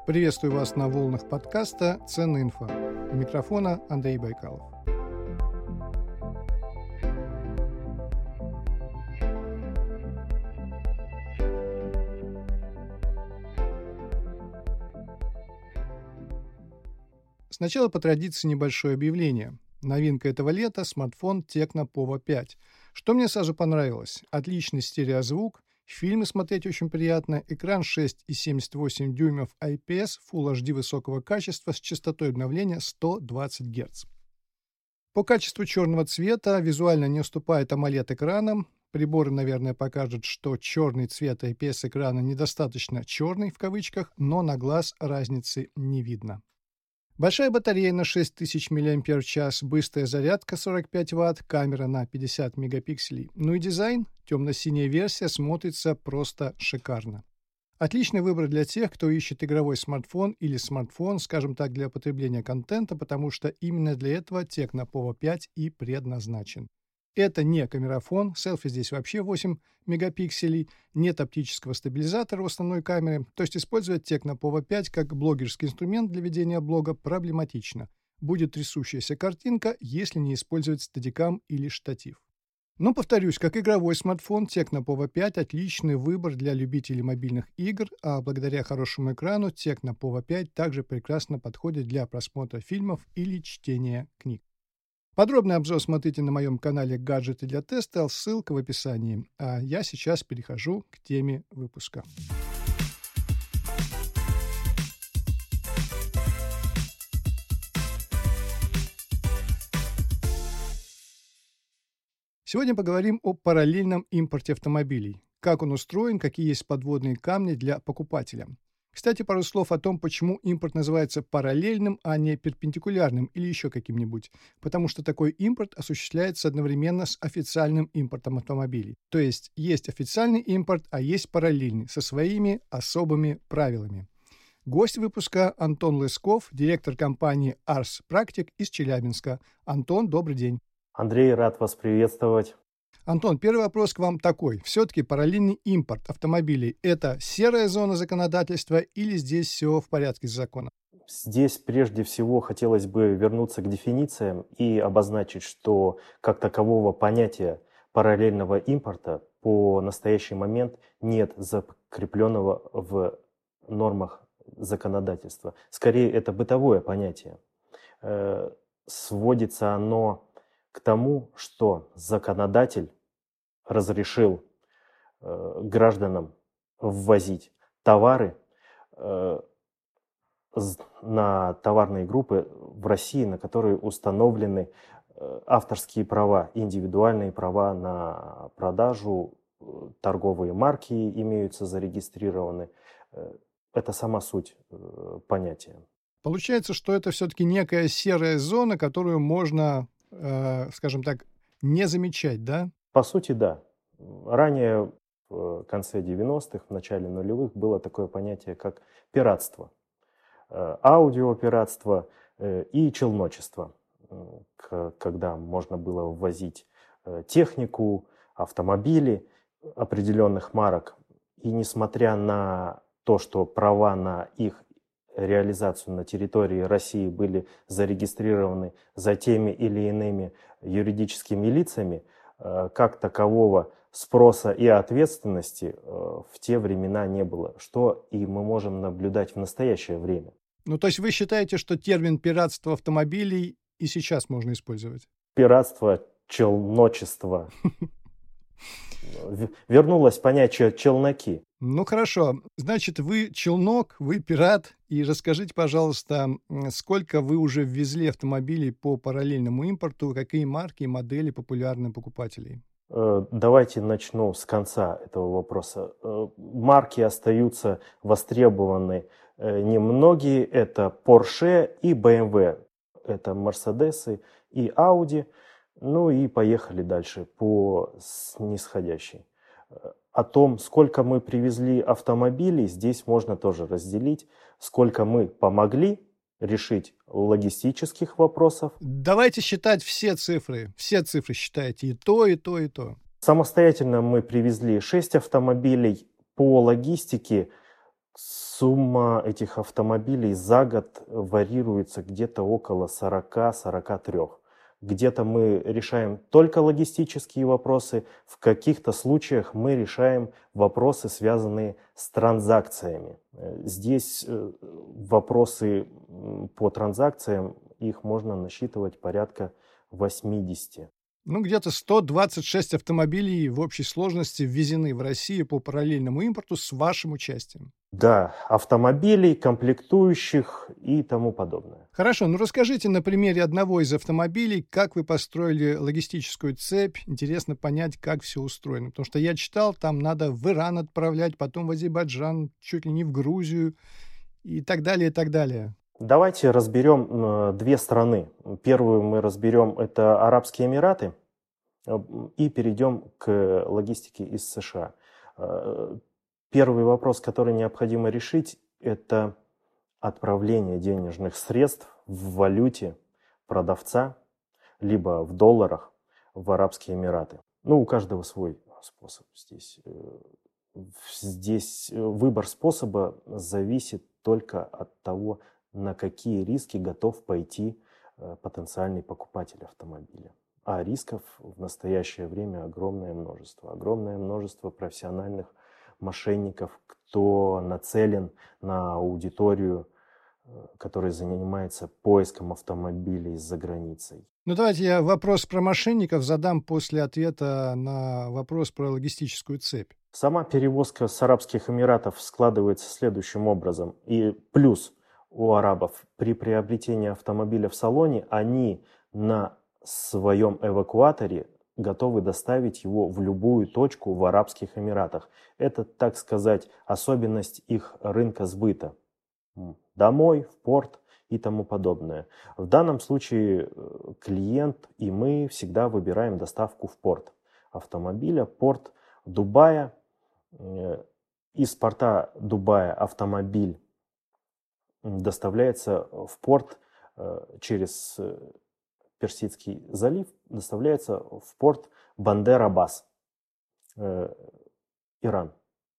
Приветствую вас на волнах подкаста «Ценная инфа». У микрофона Андрей Байкалов. Сначала по традиции небольшое объявление. Новинка этого лета – смартфон Tecno Pova 5. Что мне сразу понравилось? Отличный стереозвук, фильмы смотреть очень приятно, экран 6,78 дюймов IPS Full HD высокого качества с частотой обновления 120 Гц. По качеству черного цвета визуально не уступает AMOLED-экранам. Приборы, наверное, покажут, что черный цвет IPS-экрана недостаточно «черный» в кавычках, но на глаз разницы не видно. Большая батарея на 6000 мАч, быстрая зарядка 45 Вт, камера на 50 мегапикселей. Ну и дизайн, темно-синяя версия, смотрится просто шикарно. Отличный выбор для тех, кто ищет игровой смартфон или смартфон, скажем так, для потребления контента, потому что именно для этого Tecno Pova 5 и предназначен. Это не камерафон, селфи здесь вообще 8 мегапикселей, нет оптического стабилизатора в основной камере, то есть использовать Tecno Pova 5 как блогерский инструмент для ведения блога проблематично. Будет трясущаяся картинка, если не использовать стадикам или штатив. Но, повторюсь, как игровой смартфон, Tecno Pova 5 – отличный выбор для любителей мобильных игр, а благодаря хорошему экрану Tecno Pova 5 также прекрасно подходит для просмотра фильмов или чтения книг. Подробный обзор смотрите на моем канале «Гаджеты для теста», ссылка в описании. А я сейчас перехожу к теме выпуска. Сегодня поговорим о параллельном импорте автомобилей. Как он устроен, какие есть подводные камни для покупателя. Кстати, пару слов о том, почему импорт называется параллельным, а не перпендикулярным или еще каким-нибудь. Потому что такой импорт осуществляется одновременно с официальным импортом автомобилей. То есть официальный импорт, а есть параллельный, со своими особыми правилами. Гость выпуска Антон Лысков, директор компании Ars Practic из Челябинска. Антон, добрый день. Андрей, рад вас приветствовать. Антон, первый вопрос к вам такой. Все-таки параллельный импорт автомобилей – это серая зона законодательства или здесь все в порядке с законом? Здесь прежде всего хотелось бы вернуться к дефинициям и обозначить, что как такового понятия параллельного импорта по настоящий момент нет закрепленного в нормах законодательства. Скорее, это бытовое понятие. Сводится оно к тому, что законодатель разрешил гражданам ввозить товары на товарные группы в России, на которые установлены авторские права, индивидуальные права на продажу, торговые марки имеются зарегистрированы. Это сама суть понятия. Получается, что это все-таки некая серая зона, которую можно, скажем так, не замечать, да? По сути, да. Ранее, в конце 90-х, в начале нулевых, было такое понятие, как пиратство. Аудиопиратство и челночество, когда можно было ввозить технику, автомобили определенных марок. И несмотря на то, что права на их реализацию на территории России были зарегистрированы за теми или иными юридическими лицами, как такового спроса и ответственности в те времена не было, что и мы можем наблюдать в настоящее время. Ну, то есть вы считаете, что термин «пиратство автомобилей» и сейчас можно использовать? Пиратство, челночество. Вернулось понятие «челноки». Ну, хорошо. Значит, вы челнок, вы пират. И расскажите, пожалуйста, сколько вы уже ввезли автомобилей по параллельному импорту, какие марки и модели популярны у покупателей? Давайте начну с конца этого вопроса. Марки остаются востребованы немногие. Это Porsche и BMW. Это Mercedes и Audi. Ну и поехали дальше по нисходящей. О том, сколько мы привезли автомобилей, здесь можно тоже разделить. Сколько мы помогли решить логистических вопросов. Давайте считать все цифры. Все цифры считайте. И то, и то, и то. Самостоятельно мы привезли 6 автомобилей. По логистике Сумма этих автомобилей за год варьируется где-то около 40-43. Где-то мы решаем только логистические вопросы, в каких-то случаях мы решаем вопросы, связанные с транзакциями. Здесь вопросы по транзакциям, их можно насчитывать порядка 80. Ну, где-то 126 автомобилей в общей сложности ввезены в Россию по параллельному импорту с вашим участием. Да, автомобилей, комплектующих и тому подобное. Хорошо, ну расскажите на примере одного из автомобилей, как вы построили логистическую цепь. Интересно понять, как все устроено. Потому что я читал, там надо в Иран отправлять, потом в Азербайджан, чуть ли не в Грузию и так далее, и так далее. Давайте разберем две страны. Первую мы разберем, это Арабские Эмираты, и перейдем к логистике из США. Первый вопрос, который необходимо решить, это отправление денежных средств в валюте продавца, либо в долларах в Арабские Эмираты. Ну, у каждого свой способ здесь. Здесь выбор способа зависит только от того, на какие риски готов пойти потенциальный покупатель автомобиля. А рисков в настоящее время огромное множество. Огромное множество профессиональных мошенников, кто нацелен на аудиторию, которая занимается поиском автомобилей за границей. Ну, давайте я вопрос про мошенников задам после ответа на вопрос про логистическую цепь. Сама перевозка с Арабских Эмиратов складывается следующим образом. И плюс у арабов при приобретении автомобиля в салоне они на своем эвакуаторе готовы доставить его в любую точку в Арабских Эмиратах. Это, так сказать, особенность их рынка сбыта. Домой, в порт и тому подобное. В данном случае клиент и мы всегда выбираем доставку в порт автомобиля. Порт Дубая. Из порта Дубая автомобиль доставляется в порт через Персидский залив, доставляется в порт Бандер-Аббас, Иран.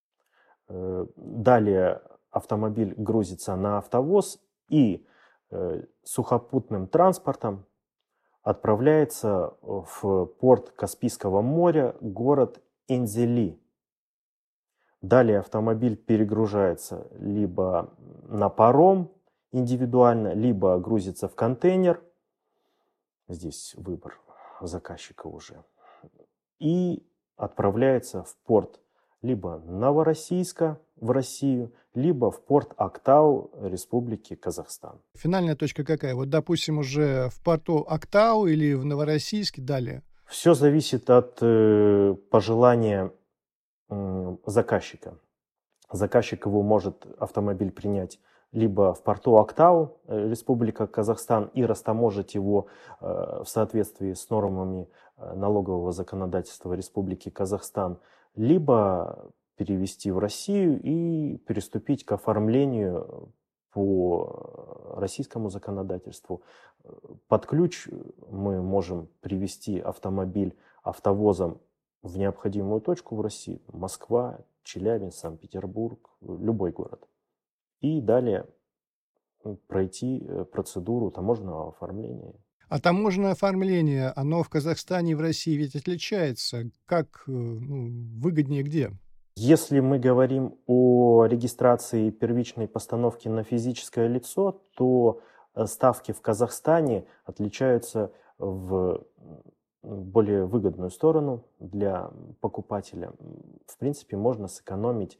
Далее автомобиль грузится на автовоз и сухопутным транспортом отправляется в порт Каспийского моря, город Энзели. Далее автомобиль перегружается либо на паром индивидуально, либо грузится в контейнер. Здесь выбор заказчика уже. И отправляется в порт либо Новороссийска в Россию, либо в порт Актау Республики Казахстан. Финальная точка какая? Вот, допустим, уже в порту Актау или в Новороссийске далее? Все зависит от пожелания заказчика. Заказчик его может автомобиль принять либо в порту Актау, Республика Казахстан, и растаможить его в соответствии с нормами налогового законодательства Республики Казахстан, либо перевести в Россию и приступить к оформлению по российскому законодательству. Под ключ мы можем привести автомобиль автовозом в необходимую точку в России, Москва, Челябинск, Санкт-Петербург, любой город. И далее пройти процедуру таможенного оформления. А таможенное оформление, оно в Казахстане и в России ведь отличается. Как выгоднее где? Если мы говорим о регистрации первичной постановки на физическое лицо, то ставки в Казахстане отличаются в более выгодную сторону для покупателя. В принципе, можно сэкономить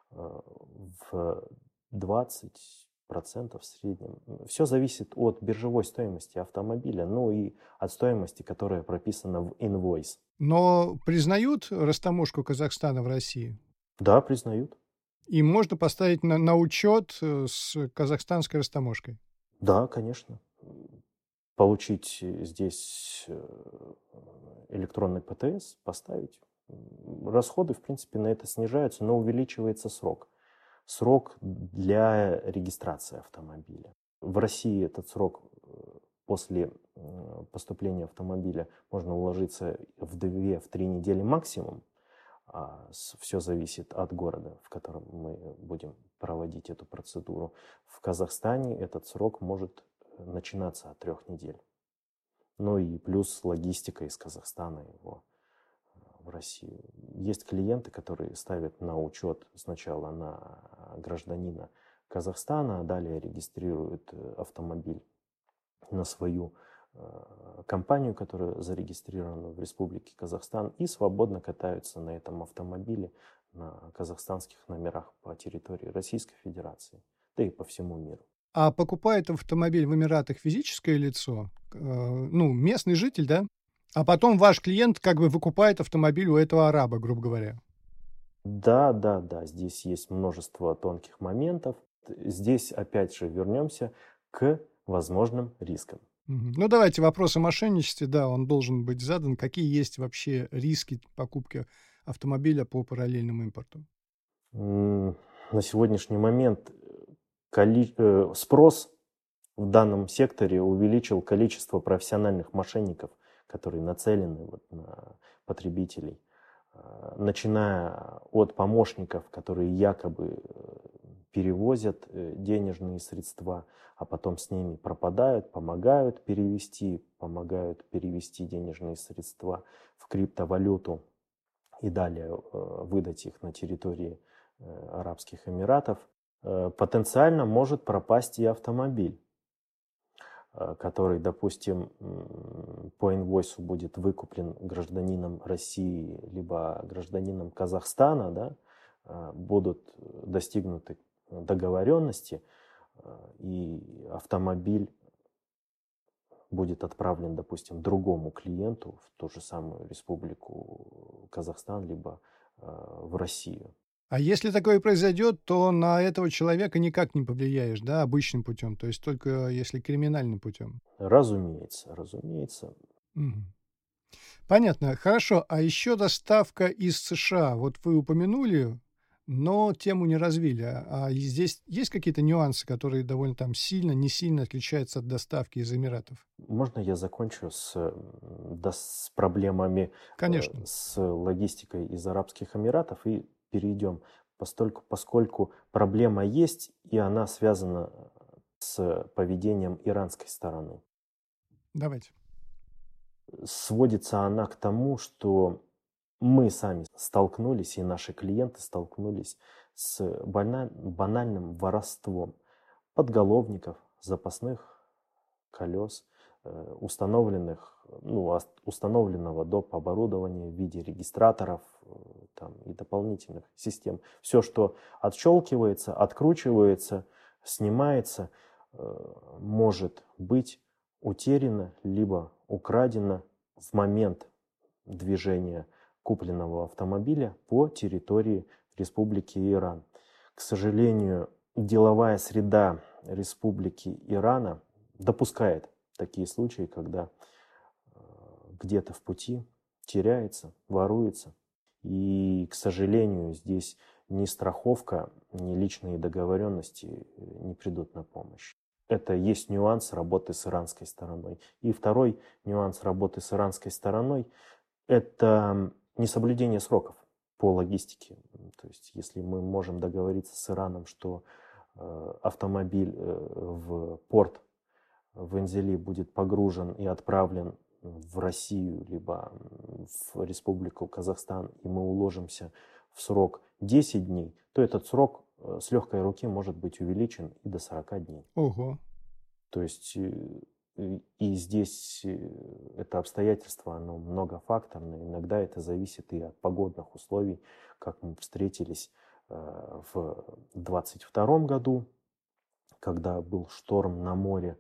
в 20% в среднем. Все зависит от биржевой стоимости автомобиля, ну и от стоимости, которая прописана в инвойс. Но признают растаможку Казахстана в России? Да, признают. И можно поставить на учет с казахстанской растаможкой? Да, конечно. Получить здесь электронный ПТС, поставить. Расходы, в принципе, на это снижаются, но увеличивается срок. Срок для регистрации автомобиля. В России этот срок после поступления автомобиля можно уложиться в 2-3 недели максимум. Все зависит от города, в котором мы будем проводить эту процедуру. В Казахстане этот срок может начинаться от 3 недель. Ну и плюс логистика из Казахстана его в Россию. Есть клиенты, которые ставят на учет сначала на гражданина Казахстана, а далее регистрируют автомобиль на свою компанию, которая зарегистрирована в Республике Казахстан, и свободно катаются на этом автомобиле на казахстанских номерах по территории Российской Федерации, да и по всему миру. А покупает автомобиль в Эмиратах физическое лицо, ну, местный житель, да? А потом ваш клиент как бы выкупает автомобиль у этого араба, грубо говоря. Да, здесь есть множество тонких моментов. Здесь опять же вернемся к возможным рискам. Ну, давайте вопрос о мошенничестве, да, он должен быть задан. Какие есть вообще риски покупки автомобиля по параллельному импорту? На сегодняшний момент спрос в данном секторе увеличил количество профессиональных мошенников, которые нацелены на потребителей, начиная от помощников, которые якобы перевозят денежные средства, а потом с ними пропадают, помогают перевести денежные средства в криптовалюту и далее выдать их на территории Арабских Эмиратов. Потенциально может пропасть и автомобиль, который, допустим, по инвойсу будет выкуплен гражданином России либо гражданином Казахстана, да, будут достигнуты договоренности, и автомобиль будет отправлен, допустим, другому клиенту в ту же самую Республику Казахстан, либо в Россию. А если такое произойдет, то на этого человека никак не повлияешь, да, обычным путем, то есть только если криминальным путем. Разумеется. Мгм. Понятно. Хорошо. А еще доставка из США. Вот вы упомянули, но тему не развили. А здесь есть какие-то нюансы, которые довольно там сильно, не сильно отличаются от доставки из Эмиратов? Можно я закончу с проблемами, Конечно. с логистикой из Арабских Эмиратов и перейдем, поскольку проблема есть, и она связана с поведением иранской стороны. Давайте. Сводится она к тому, что мы сами столкнулись, и наши клиенты столкнулись с банальным воровством подголовников, запасных колес, установленного доп. Оборудования в виде регистраторов там, и дополнительных систем. Все, что отщелкивается, откручивается, снимается, может быть утеряно либо украдено в момент движения купленного автомобиля по территории Республики Иран. К сожалению, деловая среда Республики Ирана допускает такие случаи, когда где-то в пути теряется, воруется. И, к сожалению, здесь ни страховка, ни личные договоренности не придут на помощь. Это есть нюанс работы с иранской стороной. И второй нюанс работы с иранской стороной – это несоблюдение сроков по логистике. То есть, если мы можем договориться с Ираном, что автомобиль в порт в Энзели будет погружен и отправлен в Россию, либо в Республику Казахстан, и мы уложимся в срок 10 дней, то этот срок с легкой руки может быть увеличен и до 40 дней. Ого. То есть и здесь это обстоятельство, оно многофакторное. Иногда это зависит и от погодных условий, как мы встретились в 2022 году, когда был шторм на море,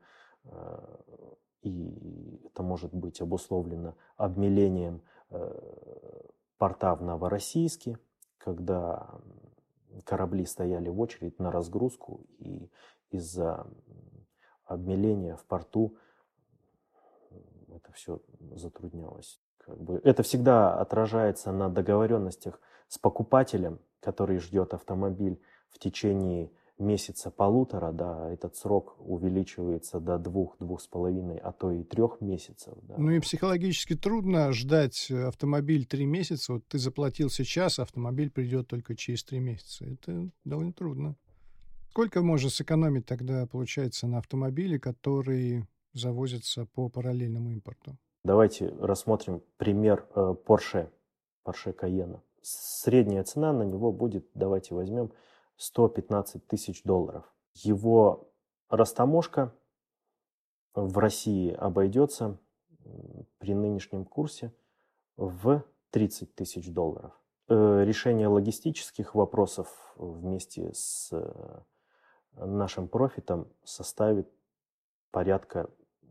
и это может быть обусловлено обмелением порта в Новороссийске, когда корабли стояли в очередь на разгрузку, и из-за обмеления в порту это все затруднялось. Это всегда отражается на договоренностях с покупателем, который ждет автомобиль в течение месяца-полутора, да, этот срок увеличивается до 2-2,5, а то и 3 месяцев. Да. Ну и психологически трудно ждать автомобиль 3 месяца. Вот ты заплатил сейчас, а автомобиль придет только через 3 месяца. Это довольно трудно. Сколько можно сэкономить тогда, получается, на автомобиле, который завозится по параллельному импорту? Давайте рассмотрим пример Porsche Cayenne. Средняя цена на него будет, давайте возьмем, $115 тысяч. Его растаможка в России обойдется при нынешнем курсе в $30 тысяч. Решение логистических вопросов вместе с нашим профитом составит порядка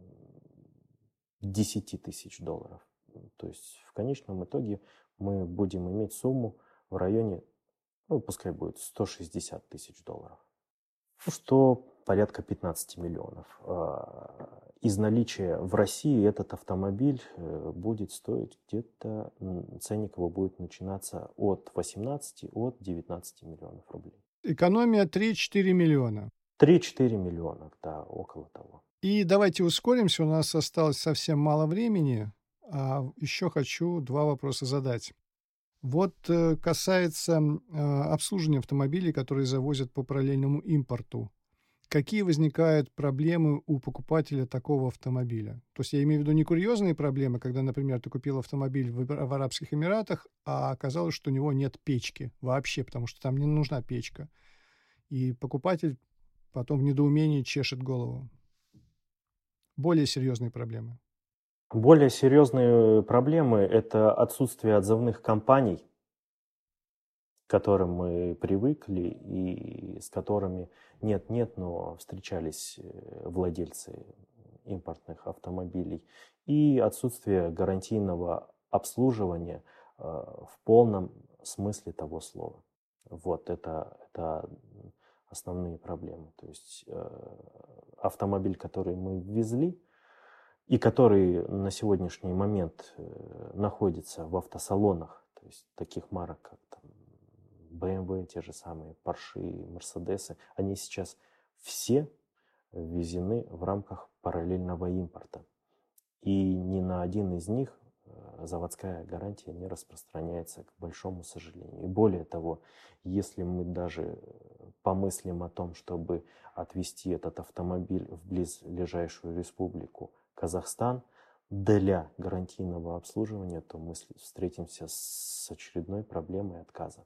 $10 тысяч. То есть в конечном итоге мы будем иметь сумму в районе, пускай будет $160 тысяч, что порядка 15 миллионов. Из наличия в России этот автомобиль будет стоить где-то, ценник его будет начинаться от 18, от 19 миллионов рублей. Экономия 3-4 миллиона. 3-4 миллиона, да, около того. И давайте ускоримся, у нас осталось совсем мало времени, а еще хочу 2 вопроса задать. Вот касается обслуживания автомобилей, которые завозят по параллельному импорту. Какие возникают проблемы у покупателя такого автомобиля? То есть я имею в виду не курьезные проблемы, когда, например, ты купил автомобиль в Арабских Эмиратах, а оказалось, что у него нет печки вообще, потому что там не нужна печка. И покупатель потом в недоумении чешет голову. Более серьезные проблемы. Более серьезные проблемы – это отсутствие отзывных компаний, к которым мы привыкли и с которыми нет-нет, но встречались владельцы импортных автомобилей, и отсутствие гарантийного обслуживания в полном смысле того слова. Вот это основные проблемы. То есть автомобиль, который мы ввезли, и который на сегодняшний момент находится в автосалонах, то есть таких марок, как там BMW, те же самые Porsche, Mercedes, они сейчас все ввезены в рамках параллельного импорта. И ни на один из них заводская гарантия не распространяется, к большому сожалению. И более того, если мы даже помыслим о том, чтобы отвезти этот автомобиль в близлежащую республику Казахстан для гарантийного обслуживания, то мы встретимся с очередной проблемой отказа.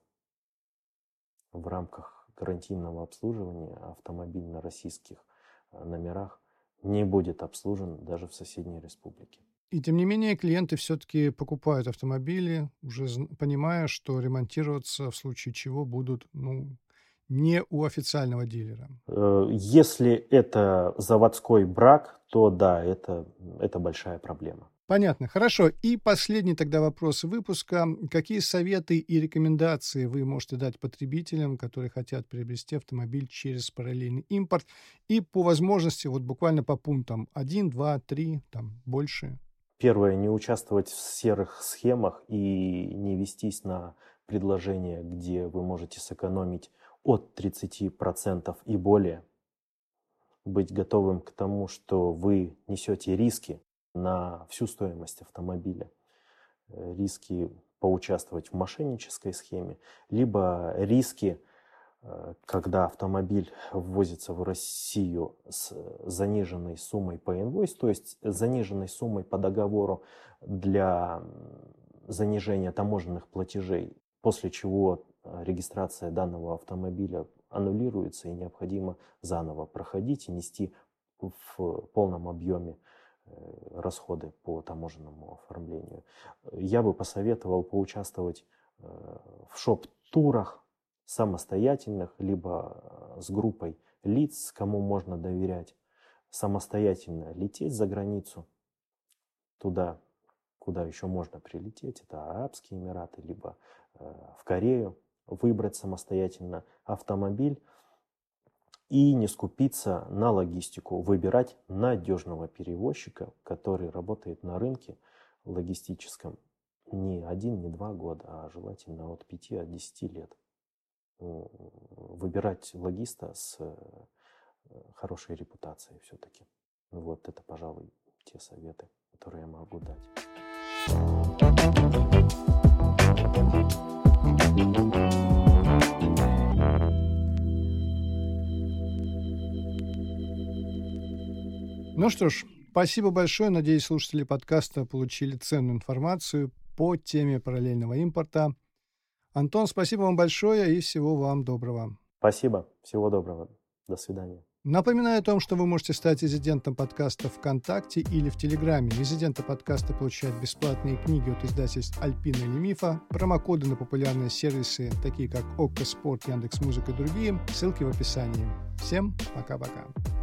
В рамках гарантийного обслуживания автомобиль на российских номерах не будет обслужен даже в соседней республике. И тем не менее клиенты все-таки покупают автомобили, уже понимая, что ремонтироваться в случае чего будут не у официального дилера. Если это заводской брак, то да, это большая проблема. Понятно, хорошо. И последний тогда вопрос выпуска. Какие советы и рекомендации вы можете дать потребителям, которые хотят приобрести автомобиль через параллельный импорт? И по возможности, вот буквально по пунктам 1, 2, 3, там больше. Первое, не участвовать в серых схемах и не вестись на предложения, где вы можете сэкономить от 30% и более. Быть готовым к тому, что вы несете риски на всю стоимость автомобиля. Риски поучаствовать в мошеннической схеме, либо риски, когда автомобиль ввозится в Россию с заниженной суммой по инвойс, то есть заниженной суммой по договору для занижения таможенных платежей, после чего регистрация данного автомобиля аннулируется и необходимо заново проходить и нести в полном объеме расходы по таможенному оформлению. Я бы посоветовал поучаствовать в шоп-турах самостоятельных, либо с группой лиц, кому можно доверять, самостоятельно лететь за границу, туда, куда еще можно прилететь, это Арабские Эмираты, либо в Корею, выбрать самостоятельно автомобиль и не скупиться на логистику, выбирать надежного перевозчика, который работает на рынке логистическом не 1, не 2 года, а желательно от 5 до 10 лет. Выбирать логиста с хорошей репутацией все-таки. Вот это, пожалуй, те советы, которые я могу дать. Ну что ж, спасибо большое. Надеюсь, слушатели подкаста получили ценную информацию по теме параллельного импорта. Антон, спасибо вам большое и всего вам доброго. Спасибо. Всего доброго. До свидания. Напоминаю о том, что вы можете стать резидентом подкаста ВКонтакте или в Телеграме. Резиденты подкаста получают бесплатные книги от издательств Альпина или Мифа, промокоды на популярные сервисы, такие как ОККО Спорт, Яндекс.Музыка и другие. Ссылки в описании. Всем пока-пока.